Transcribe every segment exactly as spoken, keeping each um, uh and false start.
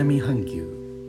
南半球。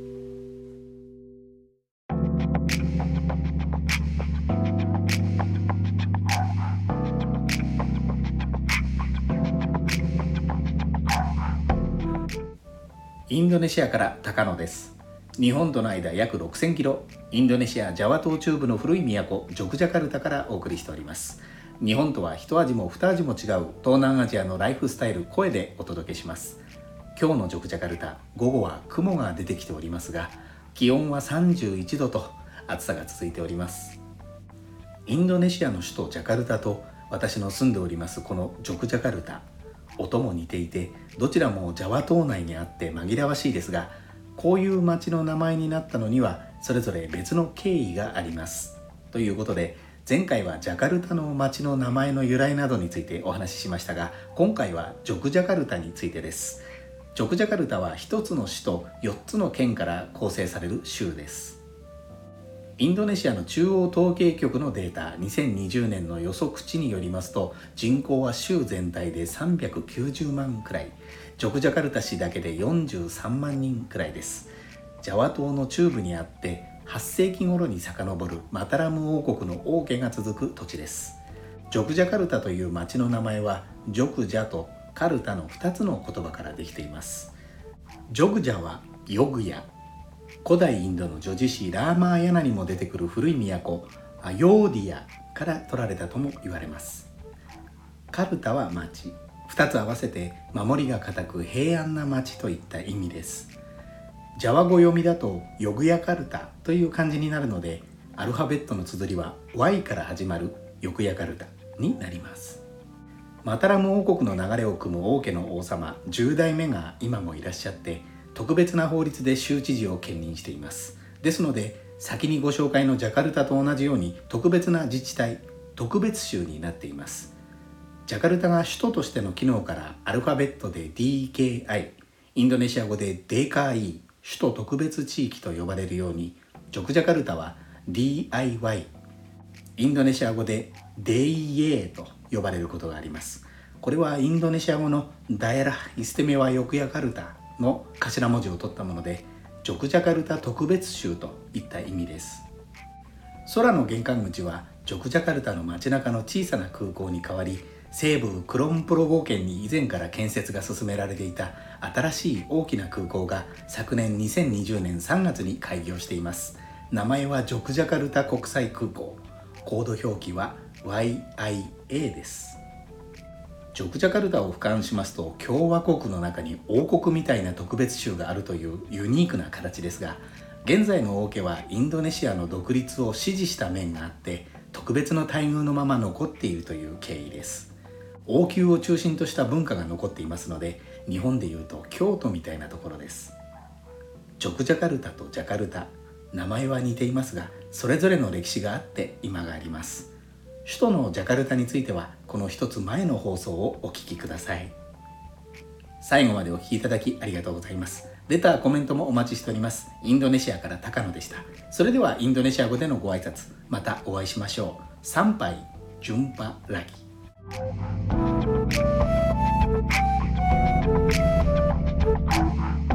インドネシアから高野です。日本との間約ろくせんキロ、インドネシアジャワ島中部の古い都ジョクジャカルタからお送りしております。日本とは一味も二味も違う東南アジアのライフスタイル声でお届けします。今日のジョクジャカルタ、午後は雲が出てきておりますが、気温はさんじゅういちどと暑さが続いております。インドネシアの首都ジャカルタと私の住んでおりますこのジョクジャカルタ、音も似ていてどちらもジャワ島内にあって紛らわしいですが、こういう町の名前になったのにはそれぞれ別の経緯があります。ということで、前回はジャカルタの町の名前の由来などについてお話ししましたが、今回はジョクジャカルタについてです。ジョクジャカルタはひとつの市とよっつの県から構成される州です。インドネシアの中央統計局のデータにせんにじゅうねんの予測値によりますと、人口は州全体でさんびゃくきゅうじゅうまんくらい、ジョクジャカルタ市だけでよんじゅうさんまんにんくらいです。ジャワ島の中部にあってはっせいき頃に遡るマタラム王国の王家が続く土地です。ジョクジャカルタという町の名前はジョクジャとカルタのふたつの言葉からできています。ジョグジャはヨグヤ、古代インドの女子誌ラーマーヤナにも出てくる古い都アヨーディアから取られたとも言われます。カルタは町、ふたつ合わせて守りが固く平安な町といった意味です。ジャワ語読みだとヨグヤカルタという漢字になるので、アルファベットの綴りは ワイ から始まるヨグヤカルタになります。マタラム王国の流れを組む王家の王様じゅうだいめが今もいらっしゃって、特別な法律で州知事を兼任しています。ですので、先にご紹介のジャカルタと同じように特別な自治体、特別州になっています。ジャカルタが首都としての機能からアルファベットで ディーケーアイ、 インドネシア語でデーカーイー、首都特別地域と呼ばれるように、ジョクジャカルタは ディーアイワイ、 インドネシア語でデイエーと呼ばれることがあります。これはインドネシア語のダエラ・イステメワ・ヨクヤカルタの頭文字を取ったもので、ジョクジャカルタ特別州といった意味です。空の玄関口はジョクジャカルタの街中の小さな空港に変わり、西部クロンプロゴ県に以前から建設が進められていた新しい大きな空港が昨年にせんにじゅうねんさんがつに開業しています。名前はジョクジャカルタ国際空港、コード表記は ワイアイエー です。ジョクジャカルタを俯瞰しますと、共和国の中に王国みたいな特別州があるというユニークな形ですが、現在の王家はインドネシアの独立を支持した面があって、特別の待遇のまま残っているという経緯です。王宮を中心とした文化が残っていますので、日本でいうと京都みたいなところです。ジョクジャカルタとジャカルタ、名前は似ていますが、それぞれの歴史があって今があります。首都のジャカルタについてはこの一つ前の放送をお聞きください。最後までお聞きいただきありがとうございます。レター、コメントもお待ちしております。インドネシアから高野でした。それではインドネシア語でのご挨拶、またお会いしましょう。サンパイ、ジュンパラギ。